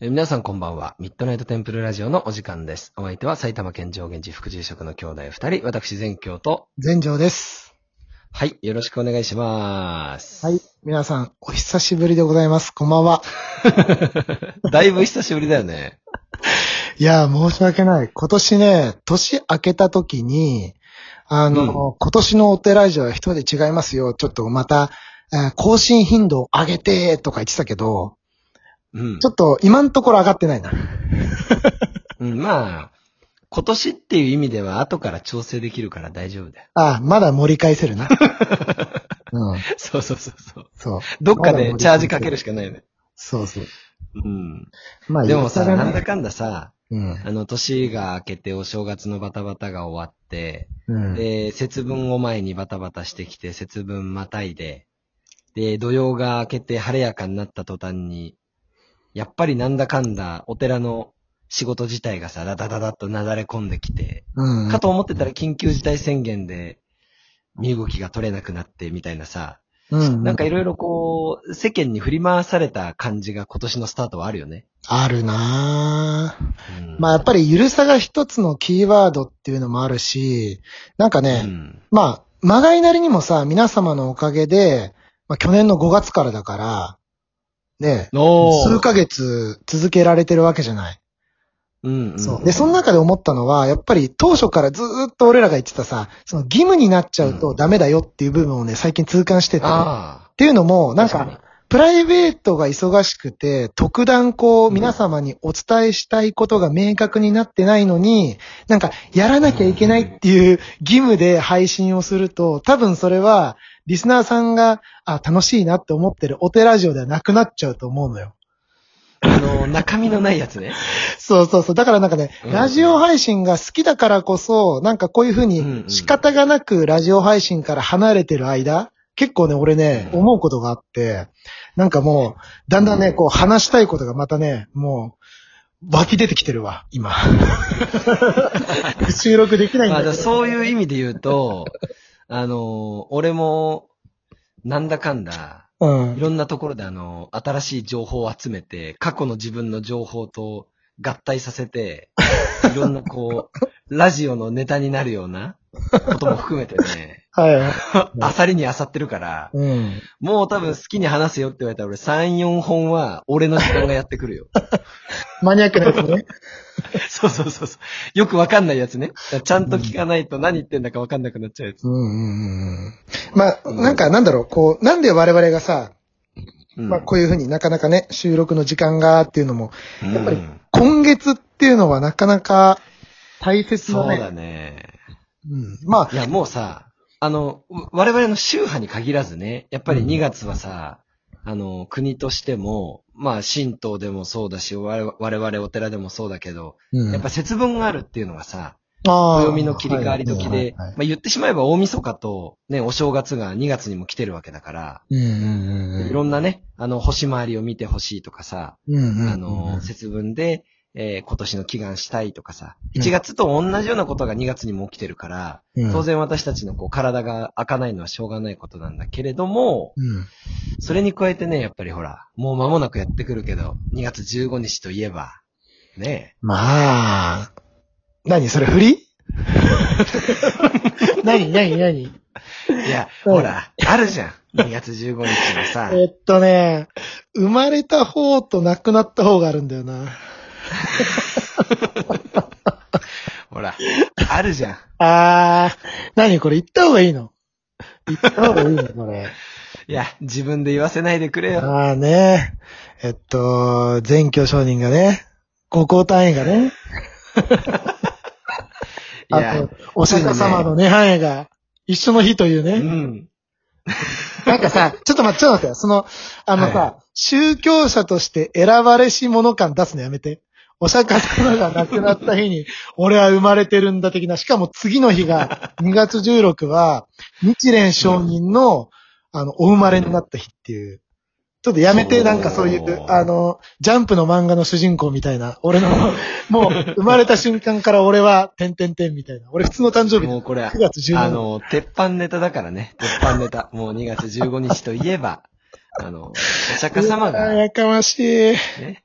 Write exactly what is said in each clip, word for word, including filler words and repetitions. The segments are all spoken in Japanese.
えー皆さんこんばんは。ミッドナイトテンプルラジオのお時間です。お相手は埼玉県上元寺副住職の兄弟二人、私全教と、 全城です。 はい、よろしくお願いします。 はい。皆さん、お久しぶりでございます。こんばんは。 だいぶ久しぶりだよね。 いやー、申し訳ない。今年ね、年明けた時に、あの、 うん今年のお寺ジオは一人で違いますよ。ちょっとまた、えー更新頻度を上げて、とか言ってたけど、 うん。 ちょっと今のところ上がってないな。 うん、まあ、今年っていう意味では後から調整できるから大丈夫だよ。 あ、まだ盛り返せるな。うん。 そうそうそうそう。 そう。 どっかでまだ盛り返せるチャージかけるしかないよね。 そうそう。 うん。 まあ、 でもさ、 言ったらねなんだかんださ、 うん。 あの、年が明けてお正月のバタバタが終わって、 うん。 で、節分を前にバタバタしてきて、節分またいで、で、土曜が明けて晴れやかになった途端に、やっぱりなんだかんだお寺の仕事自体がさ、ダダダダッとなだれ込んできて、 うん。 かと思ってたら緊急事態宣言で身動きが取れなくなってみたいなさ、 うん。 なんかいろいろこう、世間に振り回された感じが今年のスタートはあるよね。 あるなぁ。 うん、 まあやっぱりゆるさが一つのキーワードっていうのもあるし、なんかね、 うんまあ、まがいなりにもさ、皆様のおかげで、まあ去年のごがつからだから、ね、 おー数ヶ月続けられてるわけじゃない。 うんうん、 そう。で、その中で思ったのは、やっぱり当初からずーっと俺らが言ってたさ、その義務になっちゃうとダメだよっていう部分をね、最近痛感してて。っあていうのも、 あ、 なん確かにか、プライベートが忙しくて、特段こう、皆様にお伝えしたいことが明確になってないのに、なんか、やらなきゃいけないっていう義務で配信をすると、多分それは、リスナーさんが、あ、楽しいなって思ってるお寺ラジオではなくなっちゃうと思うのよ。 あの、中身のないやつね。 そうそうそう。だからなんかね、 うんラジオ配信が好きだからこそ、なんかこういうふううんうにん仕方がなくラジオ配信から離れてる間、結構ね、俺ね、 うん思うことがあって、なんかもう、だんだんね、こう話したいことがまたね、もう、湧き出てきてるわ、今。収録できないんまあ、 だけど。 そういう意味で言うと、あの、俺も、なんだかんだ、 うんい。ろんなところであの、新しい情報を集めて、過去の自分の情報と合体させて、いろんなこう、ラジオのネタになるようなことも含めてね、 はあさりにあさってるから、 い。うん。 もう多分好きに話せよって言われたら俺さん、よんほんは俺の時間がやってくるよ。 マニアックなやつね。 そうそうそうそう。よくわかんないやつね。ちゃんと聞かないと何言ってんだかわかんなくなっちゃうやつ。 うんうんうんうん。まあ、 うんなんかなんだろう、こう、なんで我々がさ、 うんまあこういうふうになかなかね、収録の時間がっていうのも、やっぱりうん今月っていうのはなかなか大切なね。 そうだね。 うん。まあ、 いや、もうさ、あの、我々の宗派に限らずね、やっぱりにがつはさ、あの、国としても、まあ、神道でもそうだし、我々我々お寺でもそうだけど、 うん、 やっぱ節分があるっていうのがさ、 あー暦の切り替わり時で、 はいはいはいまあ言ってしまえば大晦日とね、お正月がにがつにも来てるわけだから、 うんうんうんうん。 いろんなね、あの、星回りを見てほしいとかさ、 うんうんうんうん、 あの、節分で、えー今年の祈願したいとかさ、いちがつと同じようなことがにがつにも起きてるから、 うん、 当然私たちのこう体が開かないのはしょうがないことなんだけれども、 うん。 それに加えてね、やっぱりほら、もう間もなくやってくるけど、にがつじゅうごにちといえば、ねまあ、何それ振り何何何え。いや、 うんほら、あるじゃん。にがつじゅうごにちのさ、 えっとね、生まれた方と亡くなった方があるんだよな。 ほら、あるじゃん。 あー、何これ言った方がいいの言った方がいいのこれ。 いや、自分で言わせないでくれよ。 ああね。えっと、全教承認がね、高校単位がね、 いやあと、お釈迦様の涅槃絵が一緒の日といううね。 ん。 なんかさ、ちょっと待って、ちょっと待って、その、あのさ、 は宗教者として選ばれし者感出すのやめて。お釈迦様が亡くなった日に、俺は生まれてるんだ的な。しかも次の日が、にがつじゅうろくは、日蓮上人の、あの、お生まれになった日っていう。ちょっとやめて、 そうなんかそういう、あの、ジャンプの漫画の主人公みたいな。俺の、もう、生まれた瞬間から俺は、てんてんてんみたいな。俺普通の誕生日もうこれ、 くがつじゅうしちあの、鉄板ネタだからね。鉄板ネタ。もうにがつじゅうごにちといえば、あの、お釈迦様が、 やかましい。 ね、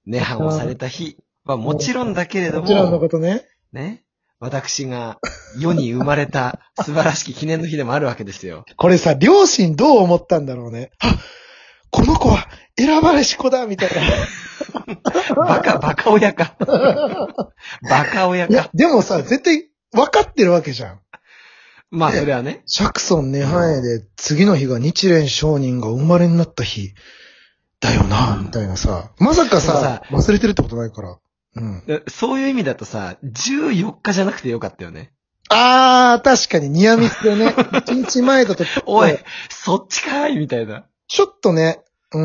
涅槃をされた日はもちろんだけれども、 もちろんのことね。 ね、私が世に生まれた素晴らしき記念の日でもあるわけですよ。 これさ、両親どう思ったんだろうね。あ、この子は選ばれし子だみたいな。 バカ、バカ親か。バカ親いやか。、 でもさ、絶対分かってるわけじゃん。 まあ、それはね。 シャクソン涅槃絵で次の日が日蓮上人が生まれになった日だよな、みたいなさ。まさかさ、忘れてるってことないから。うん。 そういう意味だとさ、じゅうよっかじゃなくてよかったよね。 あー、確かにニアミスでね、いちにちまえだと、 おい、そっちかーいみたいな。 ちょっとね、うん。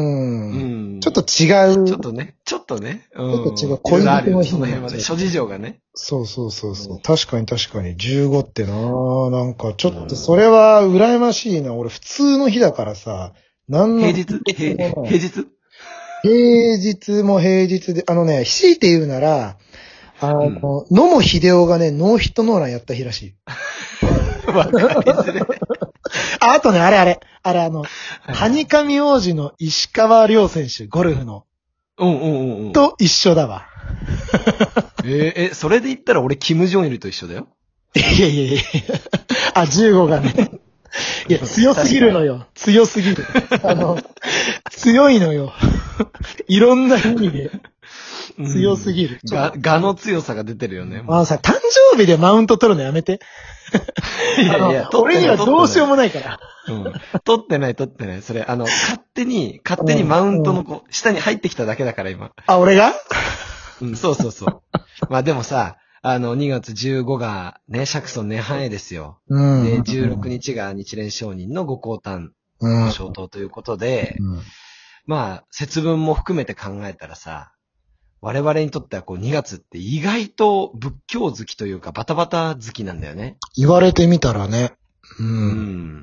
うん、ちょっと違う。 ちょっとね、ちょっとね。 うん、ちょっと違う。恋人の日その辺はね、諸事情がね。 そうそうそうそう、うん。確かに確かに。じゅうごってなー、なんかちょっとそれは羨ましいな。俺普通の日だからさ、なんの。 平日平日平日も平日で、あのね、強いて言うなら、あの、うん、野茂秀夫がね、ノーヒットノーランやった日らしい。 わかりづれ。 あ、あとね、あれあれ。あれあの、はにかみ王子の石川遼選手、ゴルフの。 うんうんうんうん。 と一緒だわ。 えー、え、それで言ったら俺、キム・ジョンイルと一緒だよ。 いやいやいやあ、じゅうごがね。いや、強すぎるのよ。強すぎる。あの、強いのよ。いろんな意味で。強すぎる。 が、がの強さが出てるよね。 あのさ、誕生日でマウント取るのやめて。いやいや、俺にはどうしようもないから。 うん。取ってない、取ってない。それ、あの、勝手に、勝手にマウントのこう、下に入ってきただけだから、今。 あ、俺がうん、そうそうそう。まあでもさ、あの、にがつじゅうごがね、シャクソン涅槃絵ですよ。うん。で、じゅうろくにちが日蓮上人のご降誕、ご消灯ということで、うん、まあ、節分も含めて考えたらさ、我々にとってはこうにがつって意外と仏教好きというかバタバタ好きなんだよね。 言われてみたらね。 うん。うん、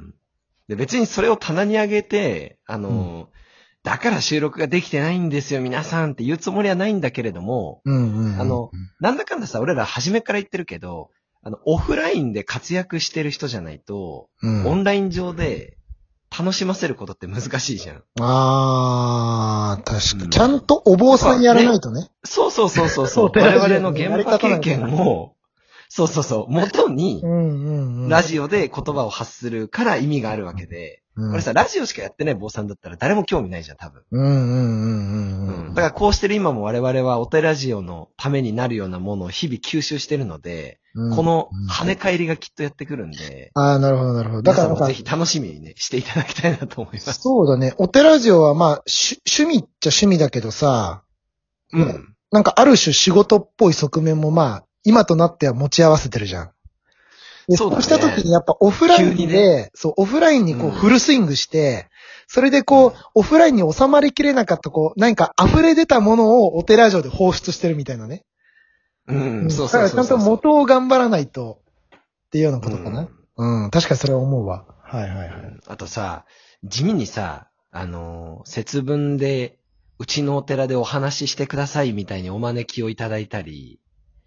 で別にそれを棚に上げて、あの、うん、だから収録ができてないんですよ皆さんって言うつもりはないんだけれども、うんうんうん、あの、なんだかんださ、俺ら初めから言ってるけど、あの、オフラインで活躍してる人じゃないと、うん、オンライン上で楽しませることって難しいじゃん。 あー、確かに、うん。ちゃんとお坊さんやらないとね。ねそうそうそうそうそう。我々の現場経験を、そうそうそう、元に、ラジオで言葉を発するから意味があるわけで、うん、俺さ、ラジオしかやってない坊さんだったら誰も興味ないじゃん、多分。うんうんうんうん。だからこうしてる今も我々はお手ラジオのためになるようなものを日々吸収してるので、うん、この跳ね返りがきっとやってくるんで。 ああ、なるほどなるほど。 だからぜひ楽しみにね、していただきたいなと思います。 そうだね。お手ラジオはまあ、趣味っちゃ趣味だけどさ、うん。なんかある種仕事っぽい側面もまあ、今となっては持ち合わせてるじゃん。そうだね。そうした時にやっぱオフラインで、ね、そう、オフラインにこうフルスイングして、うん、それでこう、オフラインに収まりきれなかったこう、何か溢れ出たものをお手ラジオで放出してるみたいなね。 うん、そうそうそうそう。 だからちゃんと元を頑張らないと、っていうようなことかな。うん、うん、確かにそれは思うわ。はいはいはい。うん、 あとさ、地味にさ、あのー、節分で、うちのお寺でお話ししてくださいみたいにお招きをいただいたり、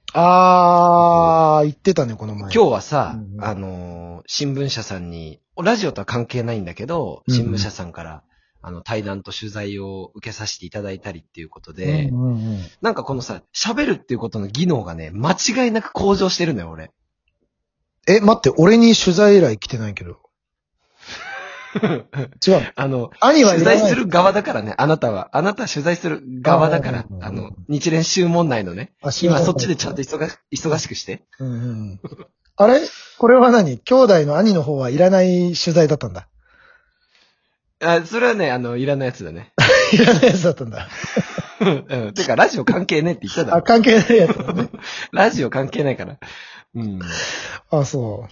あー、言ってたね、この前。 今日はさ、うんうん、あのー、新聞社さんに、ラジオとは関係ないんだけど、新聞社さんから、あの、対談と取材を受けさせていただいたりっていうことで、うんうんうん、なんかこのさ、喋るっていうことの技能がね、間違いなく向上してるのよ、俺。 え、待って、俺に取材依頼来てないけど。違う。 あの、兄は取材する側だからね、あなたは。あなたは取材する側だから、あ, あの、日蓮宗門内のね。今そっちでちゃんと忙し忙しくして。 うんうん、あれこれは何兄弟の兄の方はいらない取材だったんだ。 あ、それはね、あの、いらないやつだね。 いらないやつだったんだ。 うん。てか、ラジオ関係ねえって言っただろ。 あ、関係ないやつだね。 ラジオ関係ないから。うん。 あ、そう。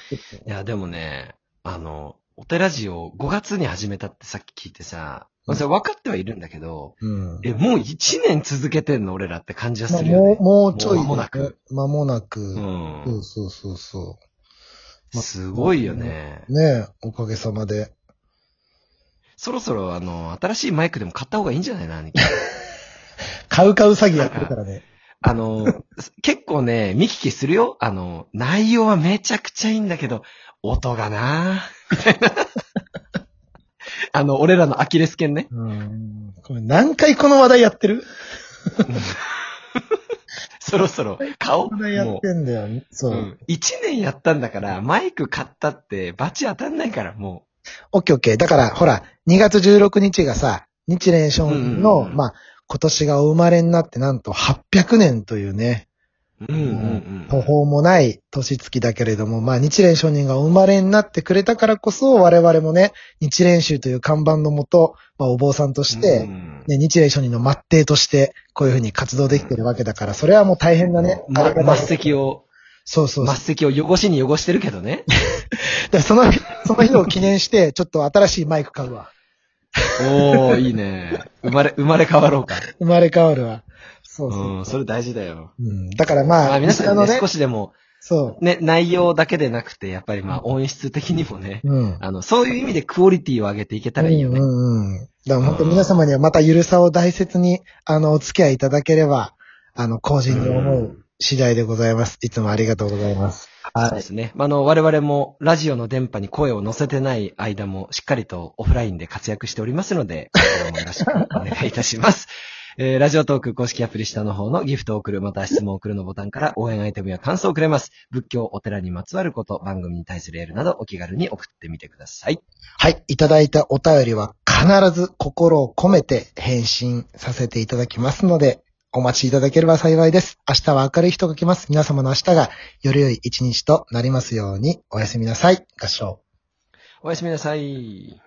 いや、でもね、あの、お手ラジオごがつに始めたってさっき聞いてさ、まあ、それ分かってはいるんだけど、うん、え、もういちねん続けてんの俺らって感じはするよね。 まあ、もう、もうちょい、 間もなく。 間もなく。 うん。 そうそうそうそう。 まあ、すごいよね。 ねえ、おかげさまで。 そろそろあの、新しいマイクでも買った方がいいんじゃないの兄貴。 買う買う詐欺やってるからね。 あの、結構ね、見聞きするよ。あの、内容はめちゃくちゃいいんだけど、音がなぁ、みたいな。あの、俺らのアキレス腱ね。 うん。 これ何回この話題やってるそろそろ顔話題やってんだよ。そう。 うん。一年やったんだから、マイク買ったってバチ当たんないから、もオッケーオッケー。だから、ほら、にがつじゅうろくにちがさ、日蓮聖人の、 うんうんうんまあ、今年がお生まれになってなんとはっぴゃくねんというね、 う。うんうん途方もない年月だけれども、まあ、日蓮聖人がお生まれになってくれたからこそ、我々もね、日蓮宗という看板のもと、まあ、お坊さんとしうて、 ん。 ね、日蓮聖人の末弟として、こういうふうに活動できてるわけだから、それはもう大変だね。 ま、 ありがたい末席を、 そうそうそう。 末席を汚しに汚してるけどね。 でその、その日を記念して、ちょっと新しいマイク買うわ。 おー、いいね。生まれ、生まれ変わろうか。 生まれ変わるわ。そうそう。 うん、それ大事だよ。 うん、だからまあ、 まあ皆さんね、 リスナーのね少しでも、 そね、内容だけでなくて、やっぱりまあ音質的にもね、 う。うん。 あの、そういう意味でクオリティを上げていけたらいいよね。 うんうんうん。だから本当皆様にはまたゆるさを大切に、あの、お付き合いいただければ、あの、後人に思う次第でございます。いつもありがとうございます。 そうですね。あの、我々もラジオの電波に声を乗せてない間もしっかりとオフラインで活躍しておりますので、これもよろしくお願いいたします。えー、ラジオトーク公式アプリ下の方のギフトを送る、または質問を送るのボタンから応援アイテムや感想をくれます。仏教、お寺にまつわること、番組に対するエールなどお気軽に送ってみてください。 はい。いただいたお便りは必ず心を込めて返信させていただきますので、お待ちいただければ幸いです。明日は明るい日が来ます。皆様の明日がより良い一日となりますように。おやすみなさい。合唱。 おやすみなさい。